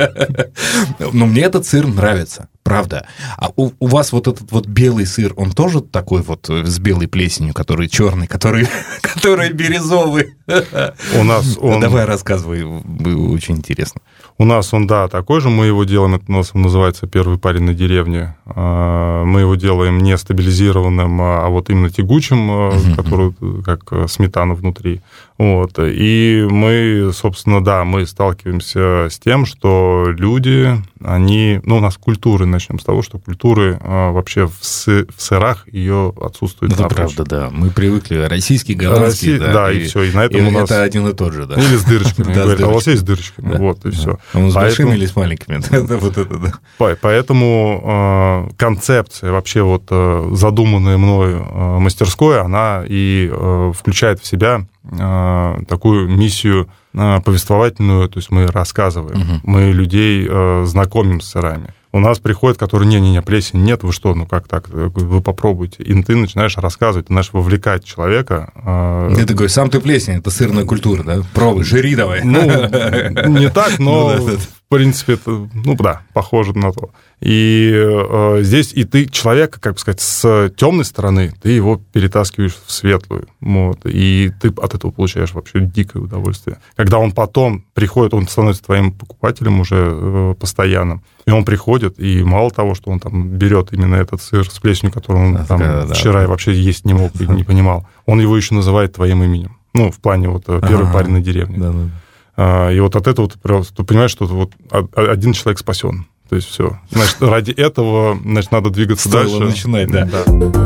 Но мне этот сыр нравится. Правда. А у, у вас вот этот вот белый сыр, он тоже такой вот с белой плесенью, который черный, который, который бирюзовый? У нас он... Давай рассказывай, очень интересно. У нас он, да, такой же, мы его делаем, это у нас называется «Первый парень на деревне». Мы его делаем не стабилизированным, а вот именно тягучим, uh-huh. который как сметана внутри. Вот. И мы, собственно, да, мы сталкиваемся с тем, что люди, они... Ну, у нас культуры, начнем с того, что культуры вообще в, сы, в сырах ее отсутствует. Это правда, да. Мы привыкли российский, голландский. Россий, да, да, и, и все. И на этом и у нас... Это один и тот же, да. Или с дырочками. Да, говорят, а у вас есть с дырочками? Да. Вот, и все. Он с большими или с маленькими? Вот это, да. Поэтому концепция вообще вот задуманная мною мастерской, она и включает в себя такую миссию повествовательную, то есть мы рассказываем, угу. мы людей знакомим с сырами. У нас приходят, которые, не-не-не, плесень нет, вы что, ну как так, вы попробуйте. И ты начинаешь рассказывать, ты начинаешь вовлекать человека. Ты такой, сам ты плесень, это сырная культура, да? Пробуй, жри давай. Ну, не так, но принципе, это, ну да, похоже на то. И э, здесь и ты человека, как бы сказать, с темной стороны, ты его перетаскиваешь в светлую. Вот, и ты от этого получаешь вообще дикое удовольствие. Когда он потом приходит, он становится твоим покупателем уже э, постоянным. И он приходит, и мало того, что он там берет именно этот сыр с плесенью, который он да, там, да, вчера да. вообще есть не мог и не понимал, он его еще называет твоим именем. Ну, в плане вот первый ага. парень на деревне. Да, да. И вот от этого ты, просто, ты понимаешь, что вот один человек спасен. То есть все. Значит, ради этого значит, надо двигаться Стоило дальше. начинать, да. да.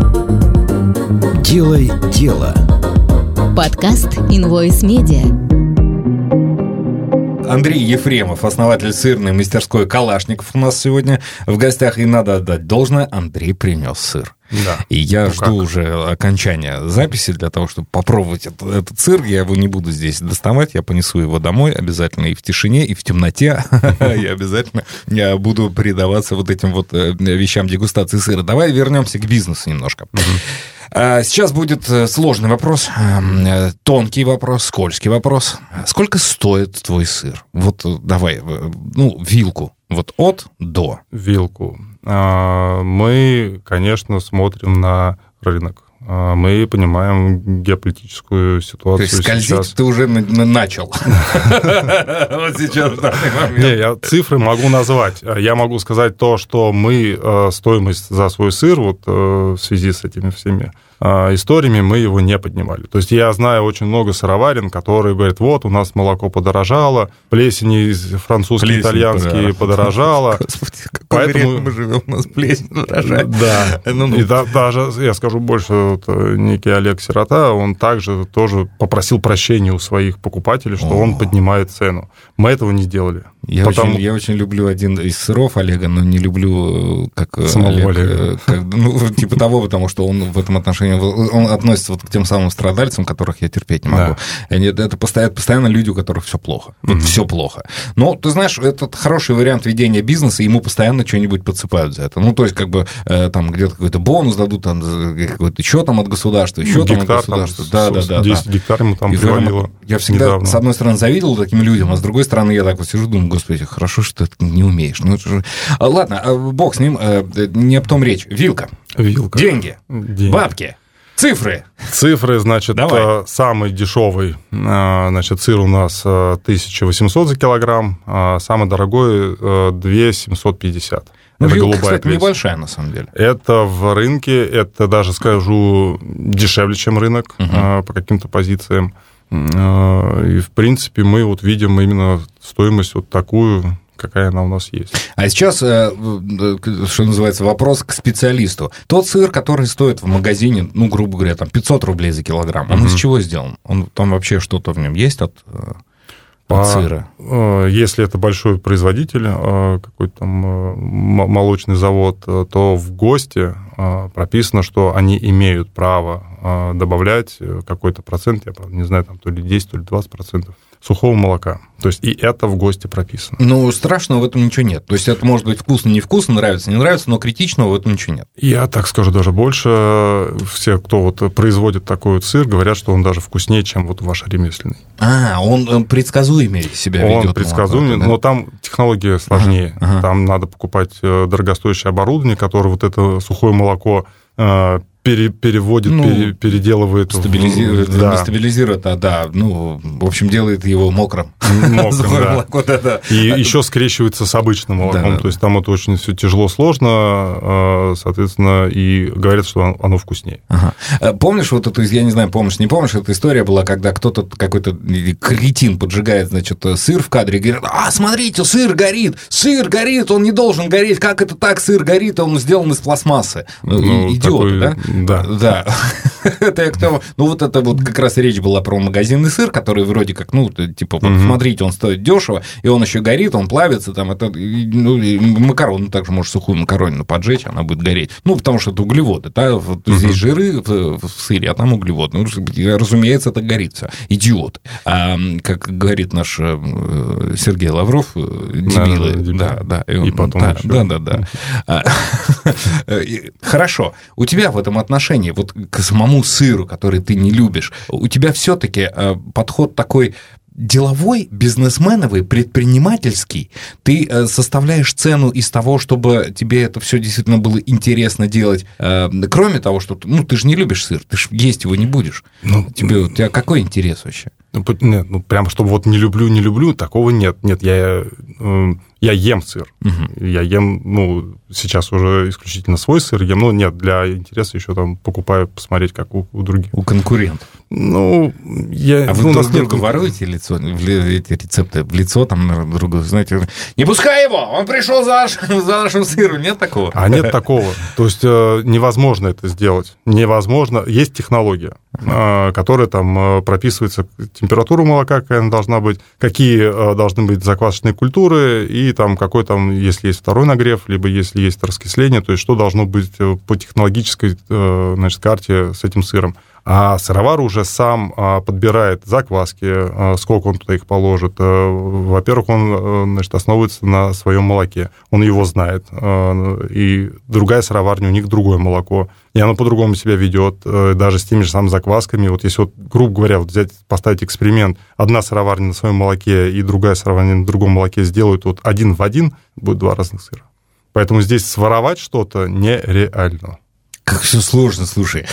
Делай дело. Подкаст Invoice Media. Андрей Ефремов, основатель сырной мастерской «Калашников» у нас сегодня в гостях. И надо отдать должное, Андрей принес сыр. Да. И я ну жду как? уже окончания записи для того, чтобы попробовать этот, этот сыр. Я его не буду здесь доставать, я понесу его домой обязательно и в тишине, и в темноте. Я обязательно буду предаваться вот этим вот вещам дегустации сыра. Давай вернемся к бизнесу немножко. Сейчас будет сложный вопрос, тонкий вопрос, скользкий вопрос. Сколько стоит твой сыр? Вот давай, ну, вилку. Вот от до. Вилку. Мы, конечно, смотрим на рынок. Мы понимаем геополитическую ситуацию. То есть скользить сейчас. Ты уже начал. Вот сейчас, в данный момент. Не, я цифры могу назвать. Я могу сказать то, что мы стоимость за свой сыр вот в связи с этими всеми историями мы его не поднимали. То есть я знаю очень много сыроварен, которые говорят, вот, у нас молоко подорожало, плесени французские, плесень итальянские подорожало. Господи, какое Поэтому... время мы живем, у нас плесень подорожает. Да, ну, ну. И да, даже, я скажу больше, вот, некий Олег Сирота, он также тоже попросил прощения у своих покупателей, что О. он поднимает цену. Мы этого не сделали. Я, Потому... очень, я очень люблю один из сыров Олега, но не люблю как самого Олег, Олега. Как, ну, типа того, потому что он в этом отношении, он относится вот к тем самым страдальцам, которых я терпеть не могу. Да. Это постоянно, постоянно люди, у которых все плохо. Вот mm-hmm. все плохо. Но, ты знаешь, это хороший вариант ведения бизнеса, ему постоянно что-нибудь подсыпают за это. Ну, то есть, как бы там где-то какой-то бонус дадут, там, какой-то еще там от государства, еще Гектар, там от государства. Там, да, да, да. десять да. гектар ему там привалило. Я всегда, недавно. С одной стороны, завидовал таким людям, а с другой стороны, я так вот сижу, думаю, господи, хорошо, что ты не умеешь. Ну, это же... Ладно, бог с ним, не об том речь. Вилка. Вилка. Деньги. Деньги. Бабки. Цифры. Цифры, значит, Давай. самый дешевый, значит, сыр у нас тысяча восемьсот за килограмм, а самый дорогой две тысячи семьсот пятьдесят. Ну, это вилка, голубая, кстати, плесень. Небольшая, на самом деле. Это в рынке, это даже, скажу, дешевле, чем рынок uh-huh. по каким-то позициям. И, в принципе, мы вот видим именно стоимость вот такую, какая она у нас есть. А сейчас, что называется, вопрос к специалисту. Тот сыр, который стоит в магазине, ну, грубо говоря, там пятьсот рублей за килограмм, он uh-huh. из чего сделан? Он, там вообще что-то в нем есть от... От сыра. Если это большой производитель, какой-то там молочный завод, то в ГОСТе прописано, что они имеют право добавлять какой-то процент, я, правда, не знаю, там то ли десять, то ли двадцать процентов сухого молока. То есть и это в ГОСТе прописано. Ну, страшного в этом ничего нет. То есть это может быть вкусно, невкусно, нравится, не нравится, но критичного в этом ничего нет. Я так скажу даже больше. Все, кто вот производит такой вот сыр, говорят, что он даже вкуснее, чем вот ваш ремесленный. А, он предсказуемее себя ведет. Он предсказуемее, да? Но там технология сложнее. Ага, ага. Там надо покупать дорогостоящее оборудование, которое вот это сухое молоко пере, переводит, ну, пере, переделывает. Стабилизирует, в... да. стабилизирует, а, да, ну, в общем, делает его мокрым. Мокрым, да. Молоко, да, да. И еще скрещивается с обычным молоком, да, да. То есть там это очень все тяжело, сложно, соответственно, и говорят, что оно вкуснее. Ага. Помнишь вот эту, я не знаю, помнишь, не помнишь, эта история была, когда кто-то, какой-то кретин поджигает, значит, сыр в кадре и говорит, а, смотрите, сыр горит, сыр горит, он не должен гореть, как это так, сыр горит, он сделан из пластмассы. Ну, идиоты, такой... да? Да. Да. Это я к тому... Ну, вот это вот как раз речь была про магазинный сыр, который вроде как, ну, типа, вот, смотрите, он стоит дешево, и он еще горит, он плавится, там, это, ну, макарону также можешь сухую макаронину поджечь, она будет гореть. Ну, потому что это углеводы, да, вот здесь жиры в, в сыре, а там углеводы. Ну, разумеется, это горит все. Идиот. А, как говорит наш Сергей Лавров, дебилы. Да, да. И, он, и потом да, да, да, да. Хорошо. У тебя в этом отношении, вот к самому сыру, который ты не любишь, у тебя все-таки подход такой деловой, бизнесменовый, предпринимательский. Ты э, составляешь цену из того, чтобы тебе это все действительно было интересно делать. Э, кроме того, что ну, ты же не любишь сыр, ты же есть его не будешь. Ну, тебе, у тебя какой интерес вообще? Ну, нет, ну, прямо чтобы вот не люблю, не люблю, такого нет. Нет, я, э, я ем сыр. Угу. Я ем, ну, сейчас уже исключительно свой сыр ем, но нет, для интереса еще там покупаю, посмотреть, как у, у других. У конкурентов. Ну, я... А ну, вы у друг нас друга нет... воруете лицо, эти рецепты в лицо, там, друга, знаете, не пускай его, он пришел за, наш, за нашим сыром, нет такого? А нет такого. То есть невозможно это сделать. Невозможно. Есть технология, которая там прописывается, температура молока, какая она должна быть, какие должны быть заквасочные культуры, и там какой там, если есть второй нагрев, либо если есть раскисление, то есть что должно быть по технологической, значит, карте с этим сыром. А сыровар уже сам подбирает закваски, сколько он туда их положит. Во-первых, он, значит, основывается на своем молоке. Он его знает. И другая сыроварня, у них другое молоко. И оно по-другому себя ведет, даже с теми же самыми заквасками. Вот если, вот, грубо говоря, вот взять, поставить эксперимент, одна сыроварня на своем молоке и другая сыроварня на другом молоке сделают вот один в один, будет два разных сыра. Поэтому здесь своровать что-то нереально. Как все сложно, слушай.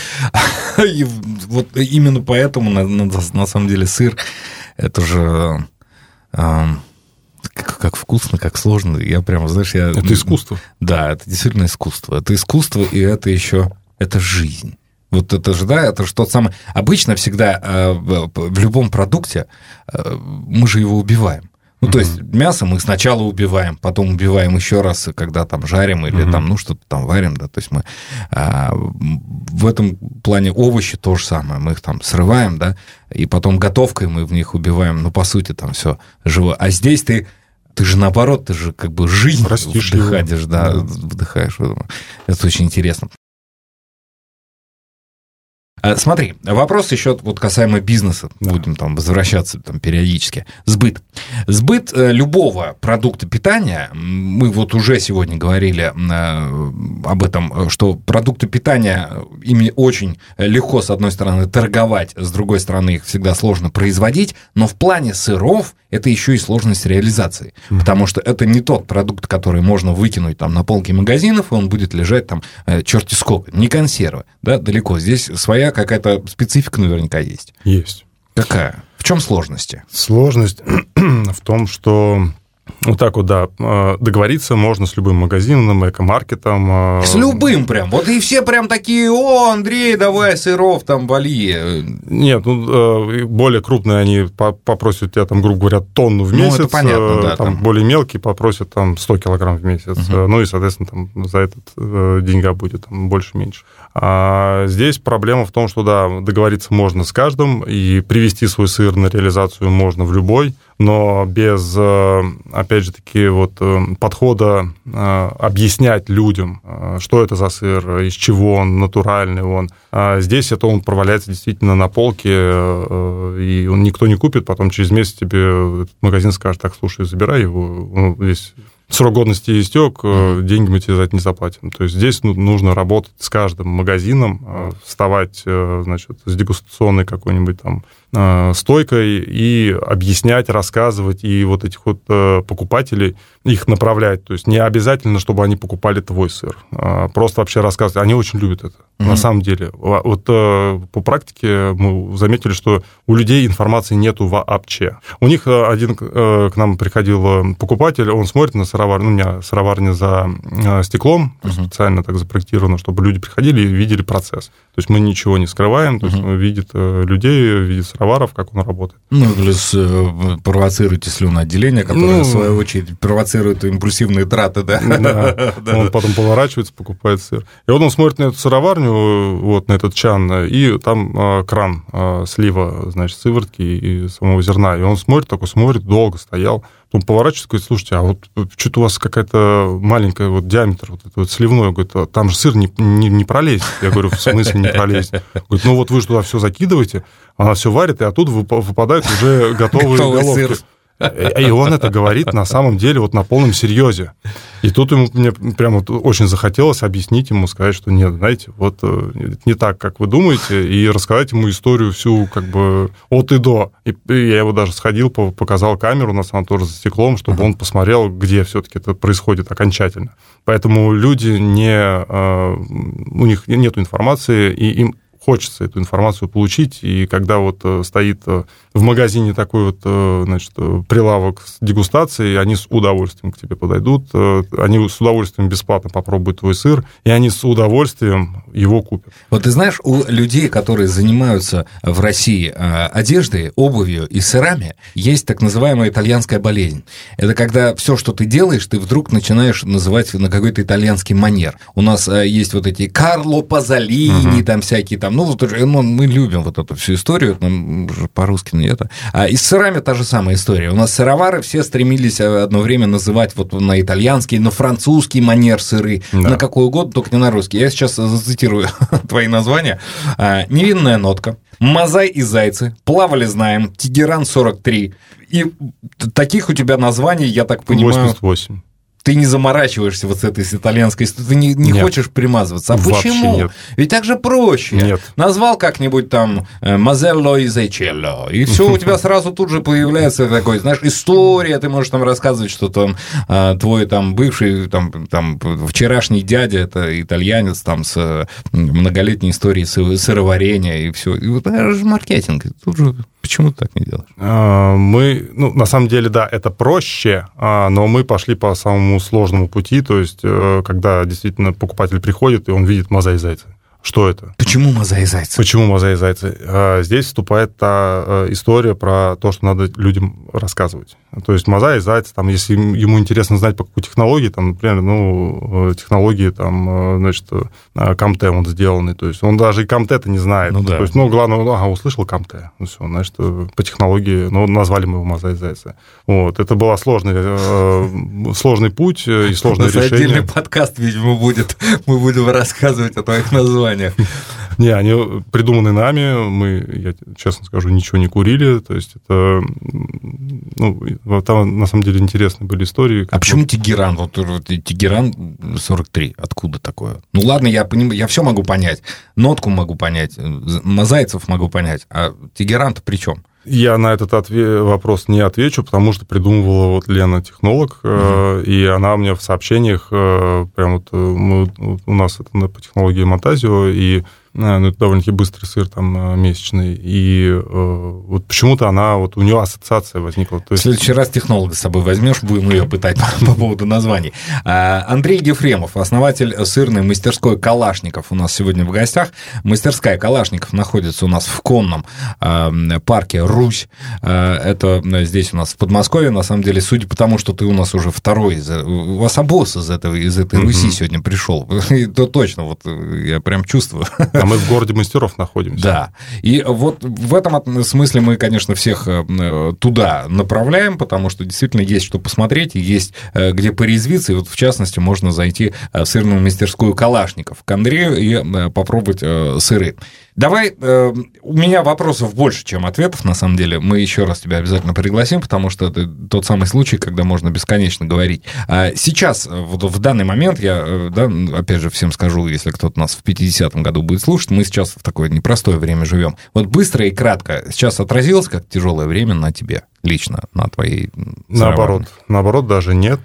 И вот именно поэтому, на, на, на самом деле, сыр, это же э, как, как вкусно, как сложно. Я прямо, знаешь, я... Это искусство. Да, это действительно искусство. Это искусство, и это еще, это жизнь. Вот это же, да, это же тот самый... Обычно всегда э, в любом продукте э, мы же его убиваем. Ну, mm-hmm. то есть мясо мы сначала убиваем, потом убиваем еще раз, когда там жарим или mm-hmm. там, ну, что-то там варим, да, то есть мы а, в этом плане овощи то же самое, мы их там срываем, да, и потом готовкой мы в них убиваем, ну, по сути, там все живое. А здесь ты, ты же наоборот, ты же как бы жизнь Растишь вдыхаешь, его. да, да, вдыхаешь. Это очень интересно. Смотри, вопрос еще вот касаемо бизнеса, да. Будем там возвращаться там периодически. Сбыт. Сбыт любого продукта питания, мы вот уже сегодня говорили об этом, что продукты питания, ими очень легко, с одной стороны, торговать, с другой стороны, их всегда сложно производить, но в плане сыров это еще и сложность реализации, mm-hmm. потому что это не тот продукт, который можно выкинуть там на полки магазинов, и он будет лежать там черти сколько, не консервы, да, далеко. Здесь своя какая-то специфика наверняка есть. Есть. Какая? В чем сложности? Сложность в том, что вот так вот, да, договориться можно с любым магазином, экомаркетом. С любым прям. Вот и все прям такие: о, Андрей, давай сыров там вали. Нет, ну, более крупные они попросят тебя, там, грубо говоря, тонну в месяц. Ну, это понятно, да. Там, там более мелкие попросят там сто килограмм в месяц. Угу. Ну, и, соответственно, там за этот деньга будет там больше-меньше. А здесь проблема в том, что, да, договориться можно с каждым, и привести свой сыр на реализацию можно в любой, но без, опять же таки, вот подхода объяснять людям, что это за сыр, из чего он, натуральный он. Здесь это он проваляется действительно на полке, и он никто не купит, потом через месяц тебе этот магазин скажет: так, слушай, забирай его, ну, здесь... Срок годности истек, деньги мы тебе за это не заплатим. То есть здесь нужно работать с каждым магазином, вставать, значит, с дегустационной какой-нибудь там стойкой и объяснять, рассказывать, и вот этих вот покупателей, их направлять. То есть не обязательно, чтобы они покупали твой сыр. Просто вообще рассказывать. Они очень любят это, mm-hmm. на самом деле. Вот по практике мы заметили, что у людей информации нету вообще. У них один к нам приходил покупатель, он смотрит на сыроварню, ну, у меня сыроварня за стеклом, uh-huh. специально так запроектировано, чтобы люди приходили и видели процесс. То есть мы ничего не скрываем, то uh-huh. есть видит людей, видит сыроваров, как он работает. Ну, плюс провоцируете слюноотделение, которое, ну, в свою очередь, провоцирует импульсивные траты, да? Да, он потом поворачивается, покупает сыр. И вот он смотрит на эту сыроварню, вот на этот чан, и там кран слива, значит, сыворотки и самого зерна. И он смотрит, такой смотрит, долго стоял. Он поворачивается и говорит: слушайте, а вот что-то у вас какая-то маленькая вот диаметр вот этот вот сливной, говорит, там же сыр не, не, не пролезет. Я говорю: в смысле не пролезет? Говорит: ну вот вы же туда все закидываете, она все варит, и оттуда выпадают уже готовые головки. И он это говорит на самом деле вот на полном серьезе. И тут ему, мне прямо вот очень захотелось объяснить ему, сказать, что нет, знаете, вот не так, как вы думаете, и рассказать ему историю всю как бы от и до. И я его даже сходил, показал камеру, у нас она тоже за стеклом, чтобы uh-huh. он посмотрел, где все-таки это происходит окончательно. Поэтому люди не... У них нет информации, и им хочется эту информацию получить, и когда вот стоит в магазине такой вот, значит, прилавок с дегустацией, они с удовольствием к тебе подойдут, они с удовольствием бесплатно попробуют твой сыр, и они с удовольствием его купят. Вот ты знаешь, у людей, которые занимаются в России одеждой, обувью и сырами, есть так называемая итальянская болезнь. Это когда все, что ты делаешь, ты вдруг начинаешь называть на какой-то итальянский манер. У нас есть вот эти Карло Пазолини, угу. там всякие там, ну, ну, мы любим вот эту всю историю, нам по-русски не это. А и с сырами та же самая история. У нас сыровары все стремились одно время называть вот на итальянский, на французский манер сыры, да. на какой угодно, только не на русский. Я сейчас зацитирую твои названия. «Невинная нотка», «Мазай и зайцы», «Плавали знаем», «Тегеран сорок три». И таких у тебя названий, я так понимаю... восемьдесят восемь. Ты не заморачиваешься вот с этой с итальянской, ты не, не хочешь примазываться. А вообще почему? Нет. Ведь так же проще. Нет. Назвал как-нибудь там Мазелло и Зайчелло, и все у тебя сразу тут же появляется такой, знаешь, история, ты можешь там рассказывать, что там твой там бывший, там, там вчерашний дядя, это итальянец там с многолетней историей сыроварения и все. И вот это же маркетинг. Тут же почему ты так не делаешь? Мы, ну, на самом деле, да, это проще, но мы пошли по самому сложному пути, то есть, когда действительно покупатель приходит, и он видит мозаи зайца. Что это? Почему мозаи зайца? Почему мозаи зайца? Здесь вступает та история про то, что надо людям рассказывать. То есть мозаи зайца, там, если ему интересно знать, по какой технологии, там, например, ну, технологии, там, значит, Камте он сделанный, то есть он даже и Камте-то не знает. Ну, да. То есть, ну, главное, ага, услышал Камте, ну, все, значит, по технологии, ну, назвали мы его мозаи зайца. Вот, это был сложный, сложный путь и сложное решение. Отдельный подкаст, видимо, будет, мы будем рассказывать о твоих названиях. Не, они придуманы нами, мы, я честно скажу, ничего не курили, то есть это, ну, там на самом деле интересные были истории. А почему Тегеран? Вот, вот Тегеран сорок три, откуда такое? Ну ладно, я понимаю, я все могу понять, нотку могу понять, мозаицев могу понять, а Тегеран-то при чем? Я на этот ответ, вопрос не отвечу, потому что придумывала вот Лена технолог, uh-huh. и она мне в сообщениях, прям вот мы, у нас это по технологии Монтазио, и ну, это довольно-таки быстрый сыр там месячный, и вот почему-то она, вот у нее ассоциация возникла. То есть... В следующий раз технолога с собой возьмешь, будем ее пытать по поводу названий. Андрей Ефремов, основатель сырной мастерской «Калашников», у нас сегодня в гостях. Мастерская «Калашников» находится у нас в конном парке «Русь». Это здесь у нас в Подмосковье, на самом деле, судя по тому, что ты у нас уже второй, у вас обоз из, этого, из этой mm-hmm. Руси сегодня пришел, то точно, вот я прям чувствую. А мы в городе мастеров находимся. Да. И вот в этом смысле мы, конечно, всех туда направляем, потому что действительно есть что посмотреть, и есть где порезвиться. И вот, в частности, можно зайти в сырную мастерскую «Калашников» к Андрею и попробовать сыры. Давай, э, у меня вопросов больше, чем ответов, на самом деле. Мы еще раз тебя обязательно пригласим, потому что это тот самый случай, когда можно бесконечно говорить. А сейчас, вот в данный момент, я, да, опять же, всем скажу, если кто-то нас в пятидесятом году будет слушать, мы сейчас в такое непростое время живем. Вот быстро и кратко, сейчас отразилось как тяжелое время на тебе лично, на твоей... Наоборот, наоборот, даже нет.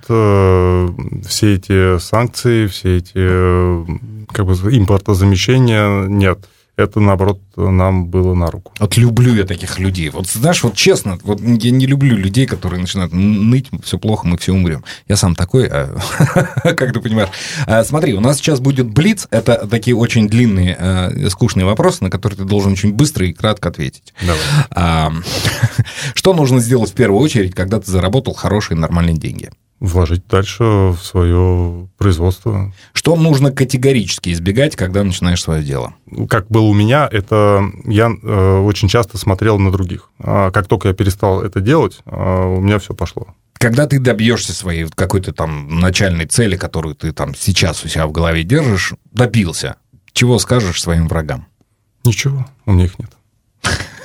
Все эти санкции, все эти как бы импортозамещения нет. Это, наоборот, нам было на руку. Вот люблю я таких людей. Вот, знаешь, вот честно, вот я не люблю людей, которые начинают ныть, все плохо, мы все умрем. Я сам такой, а, как ты понимаешь. А, смотри, у нас сейчас будет блиц. Это такие очень длинные, а, скучные вопросы, на которые ты должен очень быстро и кратко ответить. Давай. А, что нужно сделать в первую очередь, когда ты заработал хорошие нормальные деньги? Вложить дальше в свое производство. Что нужно категорически избегать, когда начинаешь свое дело? Как было у меня, это я э, очень часто смотрел на других. А как только я перестал это делать, э, у меня все пошло. Когда ты добьешься своей какой-то там начальной цели, которую ты там сейчас у себя в голове держишь, добился, чего скажешь своим врагам? Ничего, у меня их нет.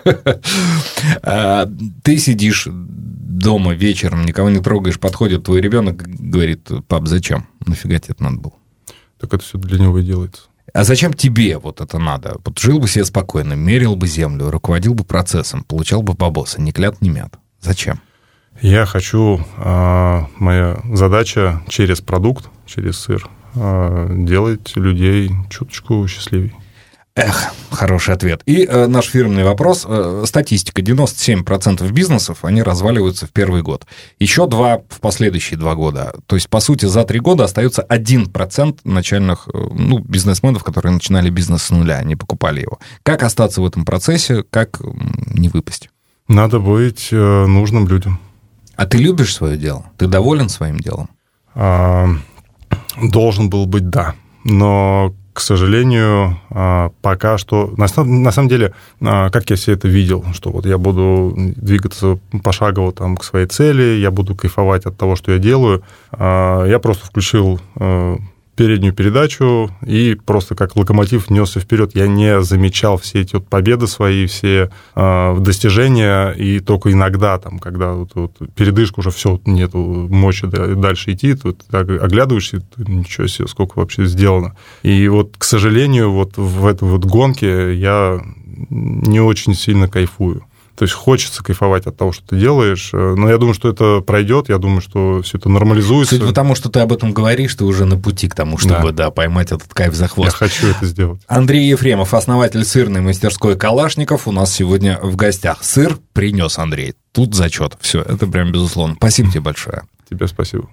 Ты сидишь дома вечером, никого не трогаешь, подходит твой ребенок, говорит: пап, зачем? Нафига тебе это надо было? Так это все для него и делается. А зачем тебе вот это надо? Вот жил бы себе спокойно, мерил бы землю, руководил бы процессом, получал бы бабосы, ни клят, ни мят. Зачем? Я хочу... А, моя задача через продукт, через сыр, а, делать людей чуточку счастливее. Эх, хороший ответ. И э, наш фирменный вопрос. Э, статистика. девяносто семь процентов бизнесов, они разваливаются в первый год. Еще два в последующие два года. То есть, по сути, за три года остается один процент начальных э, ну, бизнесменов, которые начинали бизнес с нуля, они покупали его. Как остаться в этом процессе, как э, не выпасть? Надо быть э, нужным людям. А ты любишь свое дело? Ты доволен своим делом? А, должен был быть, да. Но... К сожалению, пока что... На самом деле, как я все это видел, что вот я буду двигаться пошагово там, к своей цели, я буду кайфовать от того, что я делаю. Я просто включил переднюю передачу и просто как локомотив несся вперед. Я не замечал все эти вот победы свои, все достижения, и только иногда, там, когда вот, вот передышка, уже все, нету мочи дальше идти, ты так оглядываешься, ничего себе, сколько вообще сделано. И вот, к сожалению, вот в этой вот гонке я не очень сильно кайфую. То есть хочется кайфовать от того, что ты делаешь, но я думаю, что это пройдет, я думаю, что все это нормализуется. Суть потому, что ты об этом говоришь, ты уже на пути к тому, чтобы да. Да, поймать этот кайф за хвост. Я хочу это сделать. Андрей Ефремов, основатель сырной мастерской «Калашников», у нас сегодня в гостях. Сыр принес Андрей. Тут зачет. Все, это прям безусловно. Спасибо тебе большое. Тебе спасибо.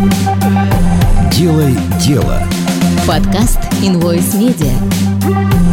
Делай дело. Подкаст Invoice Media.